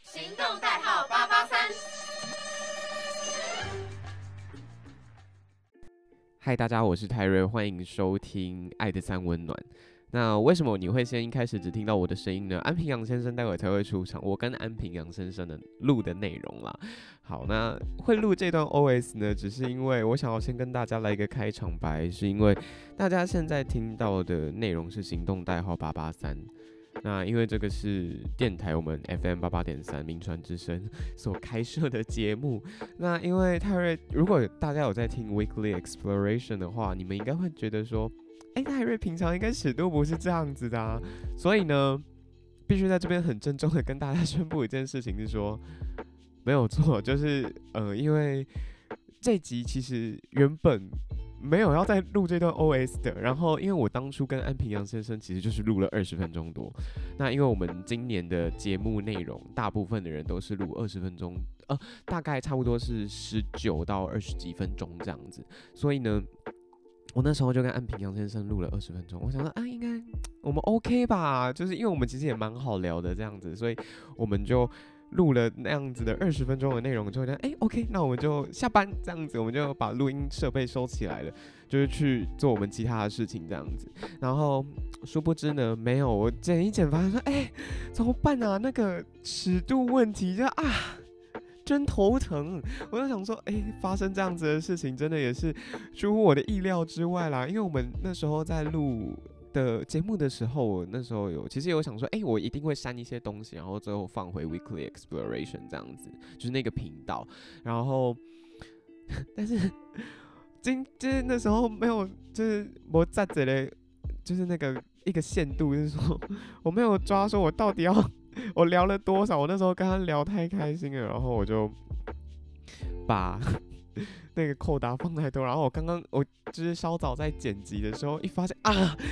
行动代号883。 嗨，大家，我是泰瑞，欢迎收听《爱的三温暖》。那为什么你会先一开始只听到我的声音呢？安平洋先生待会才会出场，我跟安平洋先生的录的内容啦。好，那会录这段 OS 呢，只是因为我想要先跟大家来一个开场白，是因为大家现在听到的内容是行动代号883。那因为这个是电台我们 FM88.3名传之声所开设的节目，那因为泰瑞，如果大家有在听 Weekly Exploration 的话，你们应该会觉得说，泰瑞平常应该尺度不是这样子的啊，所以呢，必须在这边很郑重的跟大家宣布一件事情，是说没有错，就是因为这集其实原本没有要再录这段 OS 的，然后因为我当初跟安平洋先生其实就是录了20分钟多，那因为我们今年的节目内容，大部分的人都是录20分钟，大概差不多是19到20几分钟这样子，所以呢，我那时候就跟安平洋先生录了20分钟，我想说应该我们 OK 吧，就是因为我们其实也蛮好聊的这样子，所以我们就录了那样子的20分钟的内容之后，OK， 那我们就下班这样子，我们就把录音设备收起来了，就是去做我们其他的事情这样子。然后殊不知呢，没有，我剪一剪发现说，怎么办啊？那个尺度问题就真头疼。我就想说，发生这样子的事情，真的也是出乎我的意料之外啦。因为我们那时候在录的节目的时候，我那时候其实有想说，我一定会删一些东西，然后最后放回 Weekly Exploration 这样子，就是那个频道。然后，但是就是那时候没有，就是我在这里，就是那个一个限度，就是说我没有抓说我到底要我聊了多少。我那时候跟他聊太开心了，然后我就把那个扣打放太多，然后我就是稍早在剪辑的时候，一发现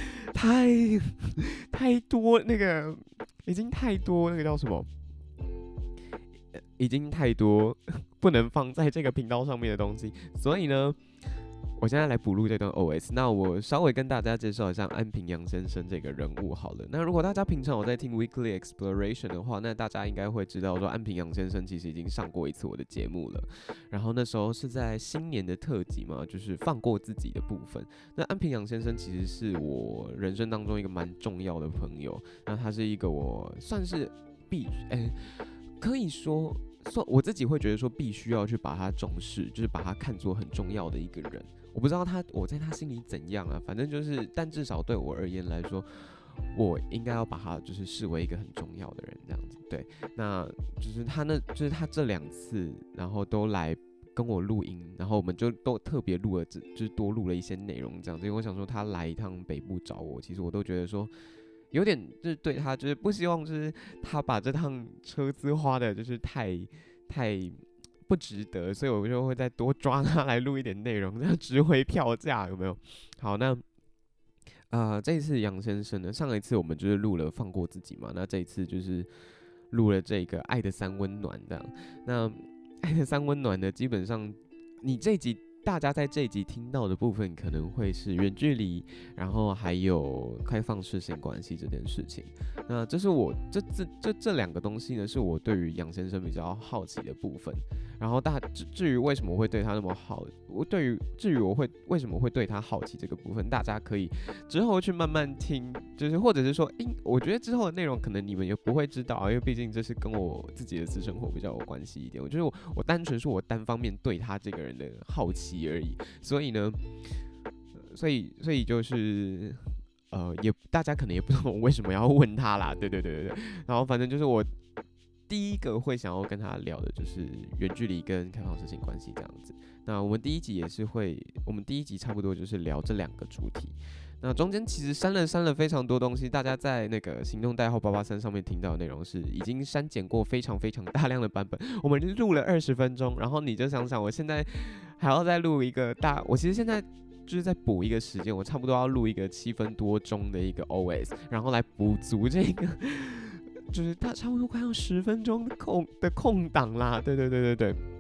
太多那个已经太多那个叫什么，已经太多不能放在这个频道上面的东西，所以呢，我现在来补录这段 OS。那我稍微跟大家介绍一下安平洋先生这个人物好了。那如果大家平常有在听 Weekly Exploration 的话，那大家应该会知道说安平洋先生其实已经上过一次我的节目了。然后那时候是在新年的特辑嘛，就是放过自己的部分。那安平洋先生其实是我人生当中一个蛮重要的朋友。那他是一个我算是可以说我自己会觉得说必须要去把他重视，就是把他看作很重要的一个人。我不知道我在他心里怎样啊，反正就是，但至少对我而言来说，我应该要把他就是视为一个很重要的人这样子。对，那就是就是他这2次，然后都来跟我录音，然后我们就都特别录了，就是多录了一些内容这样子。因为我想说他来一趟北部找我，其实我都觉得说有点就是对他就是不希望就是他把这趟车资花的就是太不值得，所以我就会再多抓他来录一点内容，这样值回票价，有没有？好，那这一次杨先生呢，上一次我们就是录了放过自己嘛，那这一次就是录了这个爱的三温暖这样。那爱的三温暖呢，基本上大家在这一集听到的部分可能会是远距离，然后还有开放式性关系这件事情。那这是我这2个东西呢，是我对于杨先生比较好奇的部分。然后至于为什么我会对他那么好，至于我会为什么会对他好奇这个部分，大家可以之后去慢慢听，就是或者是说，我觉得之后的内容可能你们也不会知道啊，因为毕竟这是跟我自己的私生活比较有关系一点。我觉得我单纯是我单方面对他这个人的好奇而已，所以呢，所以就是也大家可能也不懂我为什么要问他啦，对，然后反正就是我第一个会想要跟他聊的就是远距离跟开放式性关系这样子。那我们第一集差不多就是聊这2个主题。那中间其实删了非常多东西，大家在那个行动代号883上面听到的内容是已经删减过非常非常大量的版本。我们录了20分钟，然后你就想想，我现在还要再录一个我其实现在就是在补一个时间，我差不多要录一个7分多钟的一个 OS， 然后来补足这个。就是它差不多快要10分钟的空档啦，对。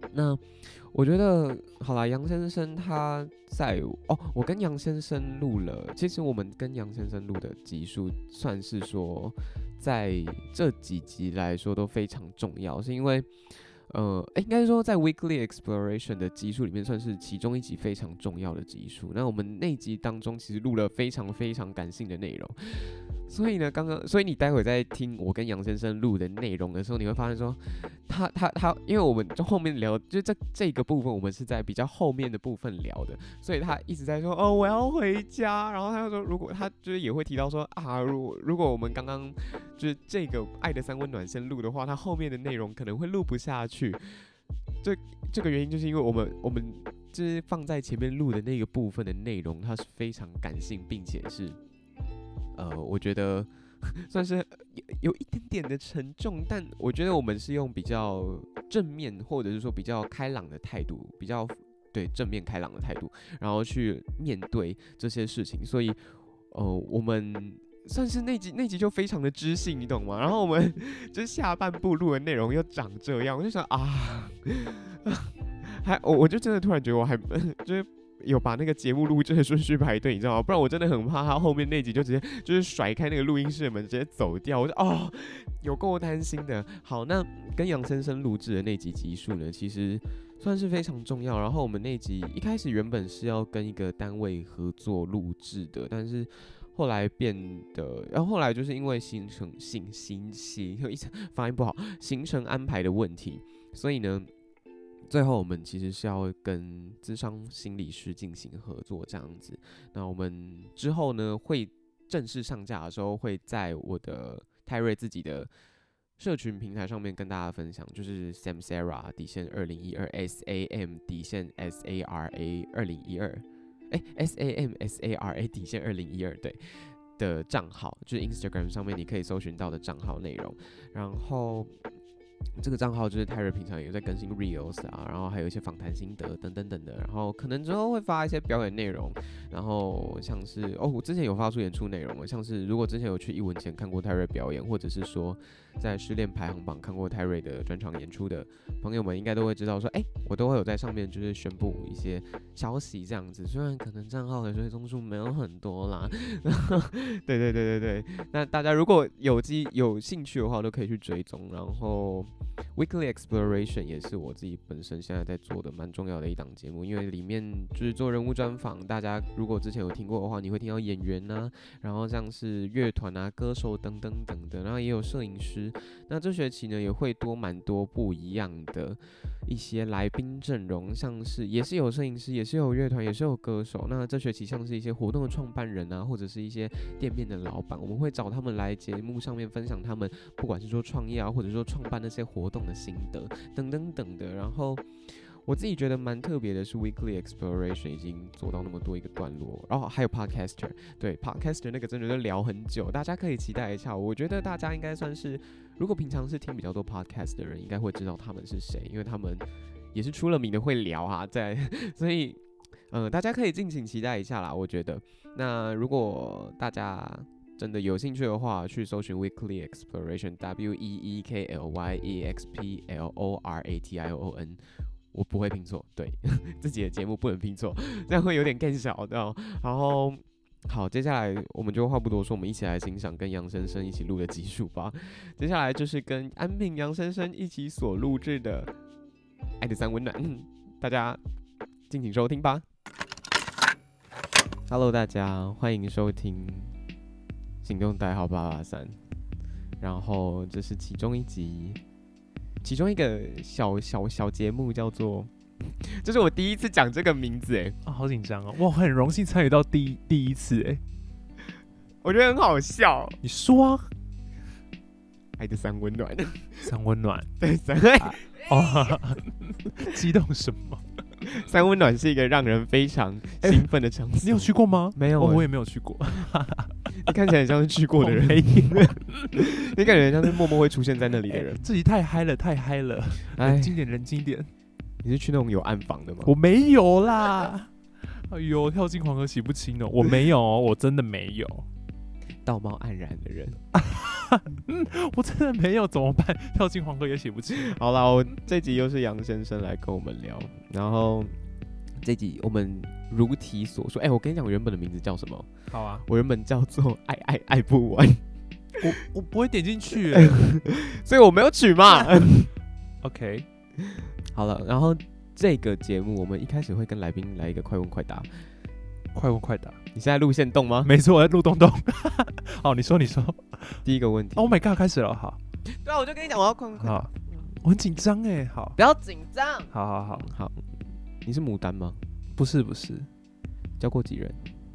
那我觉得好啦，杨先生他我跟杨先生录了，其实我们跟杨先生录的集数算是说在这几集来说都非常重要，是因为应该说在 Weekly Exploration 的集数里面算是其中一集非常重要的集数。那我们那集当中其实录了非常非常感性的内容。所以呢，所以你待会在听我跟杨先生录的内容的时候，你会发现说，他，因为我们就后面聊，就这个部分，我们是在比较后面的部分聊的，所以他一直在说，我要回家，然后他就说，如果他就是也会提到说啊，如果我们刚刚就是这个爱的三温暖先录的话，他后面的内容可能会录不下去。这个原因就是因为我们就是放在前面录的那个部分的内容，它是非常感性，并且是。我觉得算是有一点点的沉重，但我觉得我们是用比较正面，或者是说比较开朗的态度，比较对正面开朗的态度，然后去面对这些事情。所以，我们算是那集就非常的知性，你懂吗？然后我们就是下半部录的内容又长这样，我就想啊，我就真的突然觉得我还就是。有把那个节目录制的顺序排对，你知道吗？不然我真的很怕他后面那集就直接就是甩开那个录音室的门直接走掉，我就有够担心的。好，那跟杨先生录制的那集集数呢，其实算是非常重要。然后我们那集一开始原本是要跟一个单位合作录制的，但是后来然后后来就是因为行程发音不好，行程安排的问题，所以呢。最后，我们其实是要跟諮商心理师进行合作，这样子。那我们之后呢，会正式上架的时候，会在我的泰瑞自己的社群平台上面跟大家分享，就是 Samsara 底线2012 SAM 底线 SARA 2012，SAMSARA 底线2012对的账号，就是 Instagram 上面你可以搜寻到的账号内容，然后。这个账号就是泰瑞平常有在更新 reels 啊，然后还有一些访谈心得等等等的，然后可能之后会发一些表演内容，然后像是我之前有发出演出内容，像是如果之前有去艺文前看过泰瑞表演，或者是说在失恋排行榜看过泰瑞的专场演出的朋友们，应该都会知道说，我都会有在上面就是宣布一些消息这样子，虽然可能账号的追踪数没有很多啦，对，那大家如果有兴趣的话，都可以去追踪，然后。Weekly Exploration 也是我自己本身现在在做的蛮重要的一档节目，因为里面就是做人物专访，大家如果之前有听过的话，你会听到演员啊，然后像是乐团啊、歌手等等等的，然后也有摄影师。那这学期呢也会蛮多不一样的一些来宾阵容，像是也是有摄影师，也是有乐团，也是有歌手。那这学期像是一些活动的创办人啊，或者是一些店面的老板，我们会找他们来节目上面分享他们不管是说创业啊，或者说创办那些活动的心得等等等的。然后我自己觉得蛮特别的是 Weekly Exploration 已经做到那么多一个段落，然后还有 Podcaster， 对 Podcaster 那个真的就聊很久，大家可以期待一下。我觉得大家应该算是，如果平常是听比较多 Podcast 的人，应该会知道他们是谁，因为他们也是出了名的会聊啊，所以大家可以敬请期待一下啦。我觉得，那如果大家真的有兴趣的话，去搜寻 Weekly Exploration WEEKLYEXPLORATION， 我不会拼错，对自己的节目不能拼错，这样会有点更小的。然后好，接下来我们就话不多说，我们一起来欣赏跟杨先生一起录的集数吧。接下来就是跟安平杨先生一起所录制的《爱的三温暖》，大家敬请收听吧。Hello， 大家欢迎收听。行动代号883，然后这是其中一个小节目，叫做，这是我第一次讲这个名字好紧张哦！哇，很荣幸参与到第一次我觉得很好笑。 你说啊， 爱的三温暖， 三温暖， 对激动什么？ 三温暖是一个让人非常兴奋的场所。 你有去过吗？ 没有， 我也没有去过。 你看起来很像是去过的人，你感觉像是默默会出现在那里的人。 自己太嗨了，冷静点，冷静点。 你是去那种有暗房的吗？ 我没有啦。哎呦，跳进黄河洗不清哦！我没有哦，我真的没有。 道貌岸然的人。 我真的没有，怎么办？跳进黄河也洗不清。 好啦，我这集又是杨先生来跟我们聊，然后这集我们如题所说，我跟你讲，我原本的名字叫什么？ 好啊， 我原本叫做爱爱爱不完， 我不会点进去所以我没有取嘛。 OK， 好了，然后这个节目我们一开始会跟来宾来一个快问快答。 快问快答。 你现在录线动吗？ 没错，我在录东东。好，你说。 第一个问题。 Oh my god， 开始了。好。 对啊，我就跟你讲，我要快问快答。 好，我很紧张哎。好， 不要紧张。 好。 你是牡丹吗？ 不是。 交过几人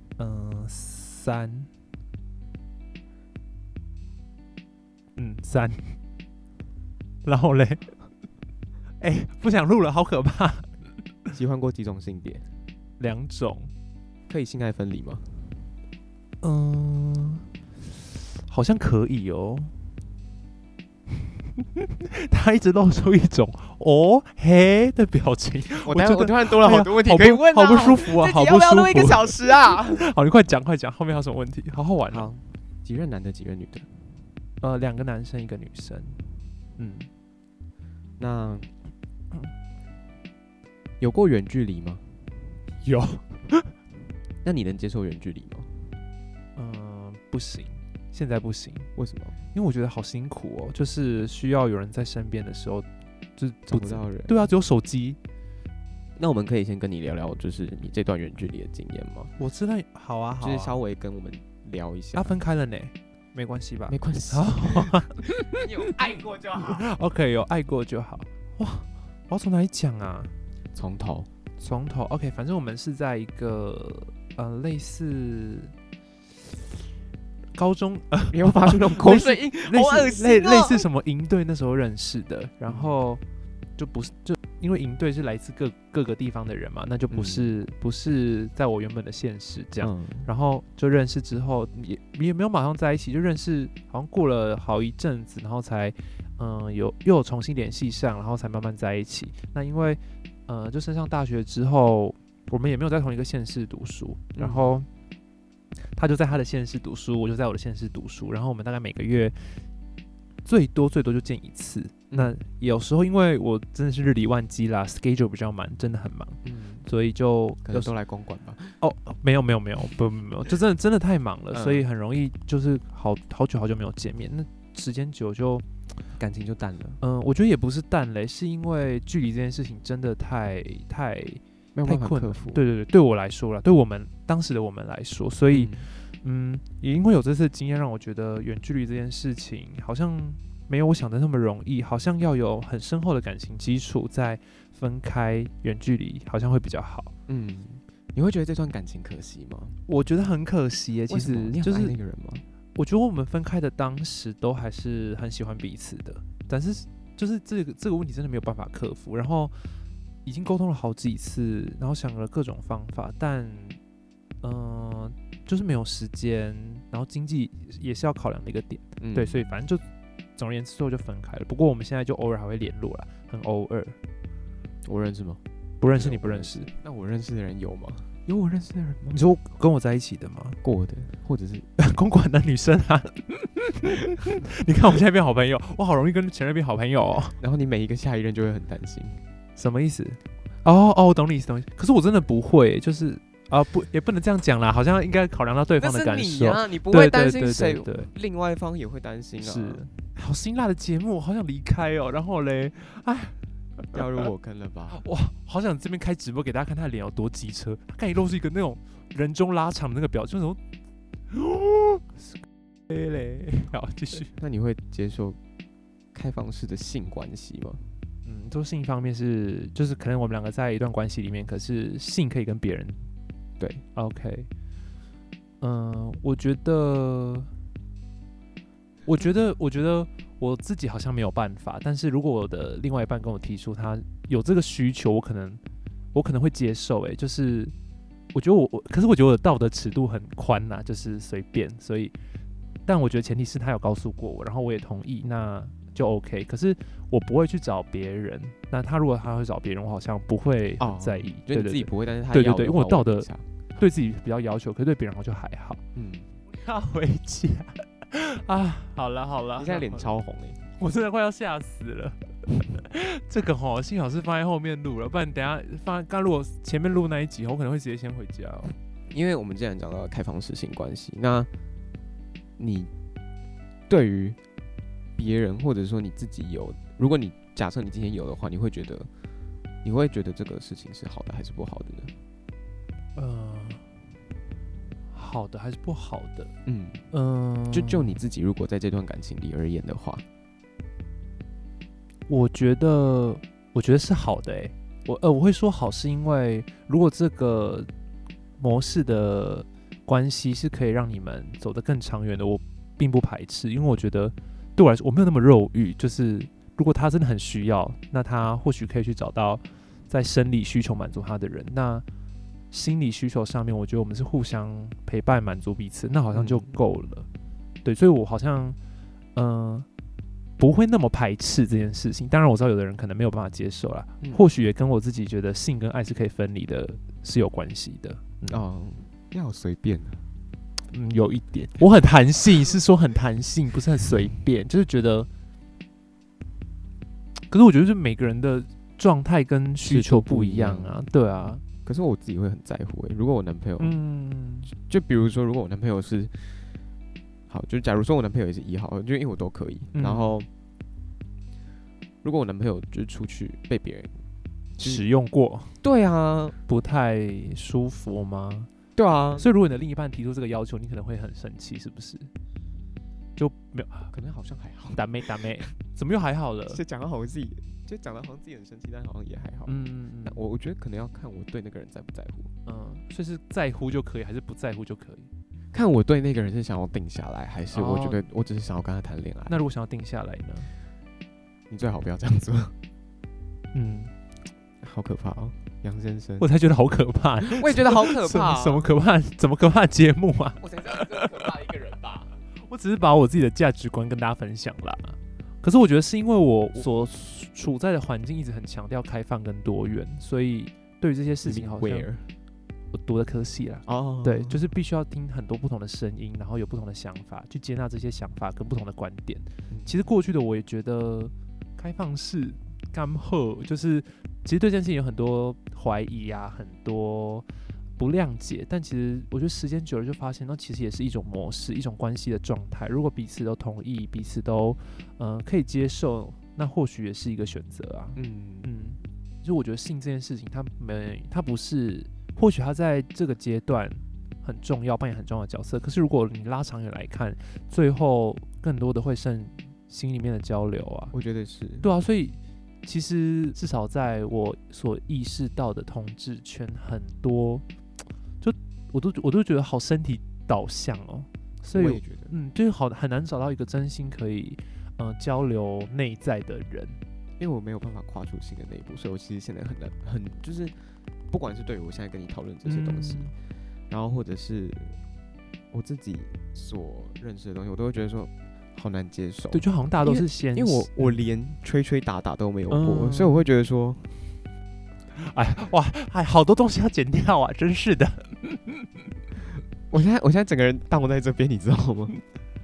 ？3。3。然后嘞？不想录了，好可怕。 喜欢过几种性别 ？2种。 可以性爱分离吗？ 好像可以哦。他一直露出一种嘿的表情，我突然多了好多问题可以问， 好不舒服啊，好不舒服。 要不要录1个小时啊？ 好，你快讲，后面还有什么问题？好好玩啊！ 好，几任男的，几任女的 ？2个男生，1个女生。 那有过远距离吗？ 有。 那你能接受远距离吗？ 不行，现在不行。 为什么？ 因为我觉得好辛苦哦，就是需要有人在身边的时候，就是找不到人。 对啊，只有手机。 那我们可以先跟你聊聊，就是你这段远距离的经验吗？ 我知道，好啊， 就是稍微跟我们聊一下。 分开了呢，没关系吧？ 没关系，你有爱过就好。 OK， 有爱过就好。哇，我要从哪里讲啊？ 从头。 OK， 反正我们是在一个类似高中你又发出那种口水音，好恶心哦。 类似什么营队那时候认识的，然后就因为营队是来自各个地方的人嘛，那就不是在我原本的县市这样，然后就认识之后也没有马上在一起，就认识好像过了好一阵子，然后才又有重新联系上，然后才慢慢在一起。那因为就升上大学之后，我们也没有在同一个县市读书，然后他就在他的县市读书，我就在我的县市读书，然后我们大概每个月最多就见1次。那有时候因为我真的是日理万机啦 ，schedule 比较满，真的很忙，所以就可能都来公馆吧。 没有，不，就真的太忙了，所以很容易就是好久没有见面，那时间久就感情就淡了。 我觉得也不是淡嘞，是因为距离这件事情真的太没有办法克服。 对，对我来说啦，对我们当时的我们来说，所以也因为有这次经验，让我觉得远距离这件事情好像没有我想的那么容易，好像要有很深厚的感情基础，再分开远距离好像会比较好。 你会觉得这段感情可惜吗？ 我觉得很可惜耶。其实就是你很爱那个人吗？ 我觉得我们分开的当时都还是很喜欢彼此的，但是就是这个问题真的没有办法克服，然后已经沟通了好几次，然后想了各种方法，但就是没有时间，然后经济也是要考量的一个点。对，所以反正就总而言之最后就分开了。不过我们现在就偶尔还会联络啦，很偶尔。 我认识吗？ 不认识，你不认识。 那我认识的人有吗？有我认识的人吗？ 你说跟我在一起的吗？ 过的，或者是公馆的女生啊？你看我们现在变好朋友，我好容易跟前任变好朋友哦。 然后你每一个下一任就会很担心， 什么意思？哦，懂你意思。可是我真的不会，就是不，也不能这样讲啦，好像应该考量到对方的感受。 那是你啊，你不会担心谁？ 对， 另外一方也会担心啊。 是，好辛辣的节目，我好想离开哦。然后嘞， 掉入我坑了吧？ 哇，好想这边开直播给大家看他的脸有多机车，他看起露出一个那种人中拉长的那个表情，那种。好，继续。 那你会接受开放式的性关系吗？ 做性方面就是可能我们两个在一段关系里面，可是性可以跟别人。 对 ，OK。我觉得我自己好像没有办法，但是如果我的另外一半跟我提出他有这个需求，我可能会接受。就是我觉得可是我觉得我的道德尺度很宽呐，就是随便。所以，但我觉得前提是他有告诉过我，然后我也同意，那就 OK。可是我不会去找别人。那他如果他会找别人，我好像不会很在意。 就你自己不会，但是他对，因为我对自己比较要求，可是对别人好像就还好。 要回家。 啊，好了好了， 你现在脸超红我真的快要吓死了。这个幸好是放在后面录了，不然等一下刚如果前面录那一集，我可能会直接先回家哦。 因为我们既然讲到开放式性关系，那你对于别人或者说你自己有，如果你假设你今天有的话，你会觉得这个事情是好的还是不好的呢？ 好的还是不好的？ 就你自己，如果在这段感情里而言的话， 我觉得是好的我会说好，是因为如果这个模式的关系是可以让你们走得更长远的，我并不排斥，因为我觉得对我来说我没有那么肉欲，就是如果他真的很需要，那他或许可以去找到在生理需求满足他的人，那心理需求上面，我觉得我们是互相陪伴满足彼此，那好像就够了。对，所以我好像不会那么排斥这件事情。当然我知道有的人可能没有办法接受啦，或许也跟我自己觉得性跟爱是可以分离的是有关系的。 要随便有一点，我很弹性，是说很弹性，不是很随便，就是觉得。可是我觉得是每个人的状态跟需求不一样啊，对啊。 可是我自己会很在乎如果我男朋友，就比如说，如果我男朋友是好，就假如说我男朋友也是1号，就因为我都可以。然后，如果我男朋友就是出去被别人使用过， 对啊， 不太舒服吗？ 对啊， 所以如果你的另一半提出这个要求，你可能会很生气，是不是？就没有， 可能好像还好。 打妹，怎么又还好了？ 就讲到好像自己，就讲到好像自己很生气，但好像也还好。我觉得可能要看我对那个人在不在乎。 所以是在乎就可以，还是不在乎就可以？ 看我对那个人是想要定下来，还是我觉得我只是想要跟他谈恋爱。 那如果想要定下来呢？ 你最好不要这样做。好可怕哦，杨先生。 我才觉得好可怕。 我也觉得好可怕。 什么可怕？怎么可怕的节目啊？ 我才是最可怕的一个人吧。 我只是把我自己的价值观跟大家分享啦。可是我觉得是因为我所处在的环境一直很强调开放跟多元，所以对于这些事情好像我读的科系啦。对，就是必须要听很多不同的声音，然后有不同的想法，去接纳这些想法跟不同的观点。其实过去的我也觉得开放式干后，就是其实对这件事情有很多怀疑啊，很多不谅解，但其实我觉得时间久了就发现，那其实也是一种模式，一种关系的状态。如果彼此都同意，彼此都可以接受，那或许也是一个选择啊。就我觉得性这件事情，它不是，或许它在这个阶段很重要，扮演很重要的角色。可是如果你拉长远来看，最后更多的会剩心里面的交流啊。 我觉得是。 对啊，所以。其实至少在我所意识到的同志圈，很多就我都觉得好身体导向哦，所以我也觉得， 就是很难找到一个真心可以交流内在的人， 因为我没有办法跨出性的那一步，所以我其实现在很就是不管是对于我现在跟你讨论这些东西，然后或者是我自己所认识的东西，我都会觉得说。好难接受， 对，就好像大家都是先， 因为我连吹打都没有过，所以我会觉得说， 好多东西要剪掉啊，真是的。 我现在整个人荡在这边，你知道吗？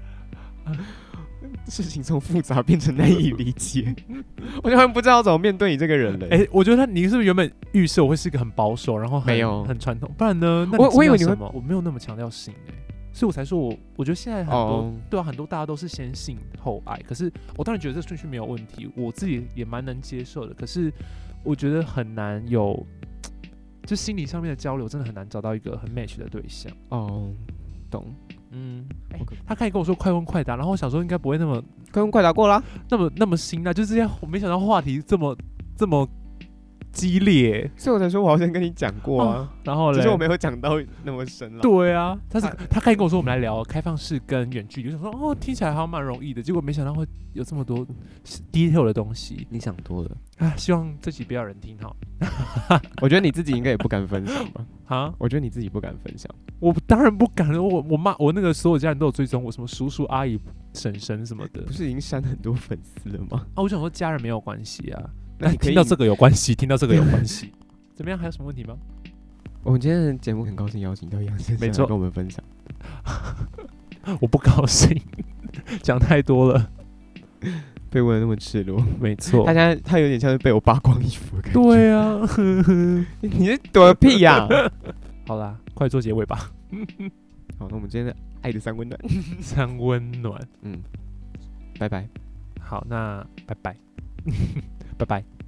事情从复杂变成难以理解，我突然不知道怎么面对你这个人了。 我觉得你是不是原本预设我会是一个很保守，然后很传统，不然呢？ 我以为你会， 我没有那么强调性所以我才说我觉得现在很多对啊，很多大家都是先性后爱，可是我当然觉得这顺序没有问题，我自己也蛮能接受的。可是我觉得很难有，就心理上面的交流，真的很难找到一个很 match 的对象。 懂。 他开始跟我说快问快答，然后我想说应该不会那么快问快答过啦， 那么辛辣，就这些我没想到话题这么激烈， 所以我才说我好像跟你讲过啊， 然后只是我没有讲到那么深了。 对啊，他开始跟我说我们来聊开放式跟远距离，就想说听起来好像蛮容易的，结果没想到会有这么多 detail 的东西。 你想多了希望这集不要人听哈。 我觉得你自己应该也不敢分享吧？我觉得你自己不敢分享。 我当然不敢了，我那个所有家人都有追踪我，什么叔叔阿姨婶婶什么的。 不是已经删很多粉丝了吗？ 我想说家人没有关系啊。 那听到这个有关系，听到这个有关系，怎么样？还有什么问题吗？ 我们今天的节目很高兴邀请到杨先生来跟我们分享。 我不高兴， 讲太多了。 被问得那么赤裸， 没错， 他有点像是被我扒光衣服的感觉。 对啊， 你是躲个屁呀、 好啦，快做结尾吧。 好，那我们今天的爱的三温暖， 三温暖， 拜拜。 好，那拜拜，拜拜。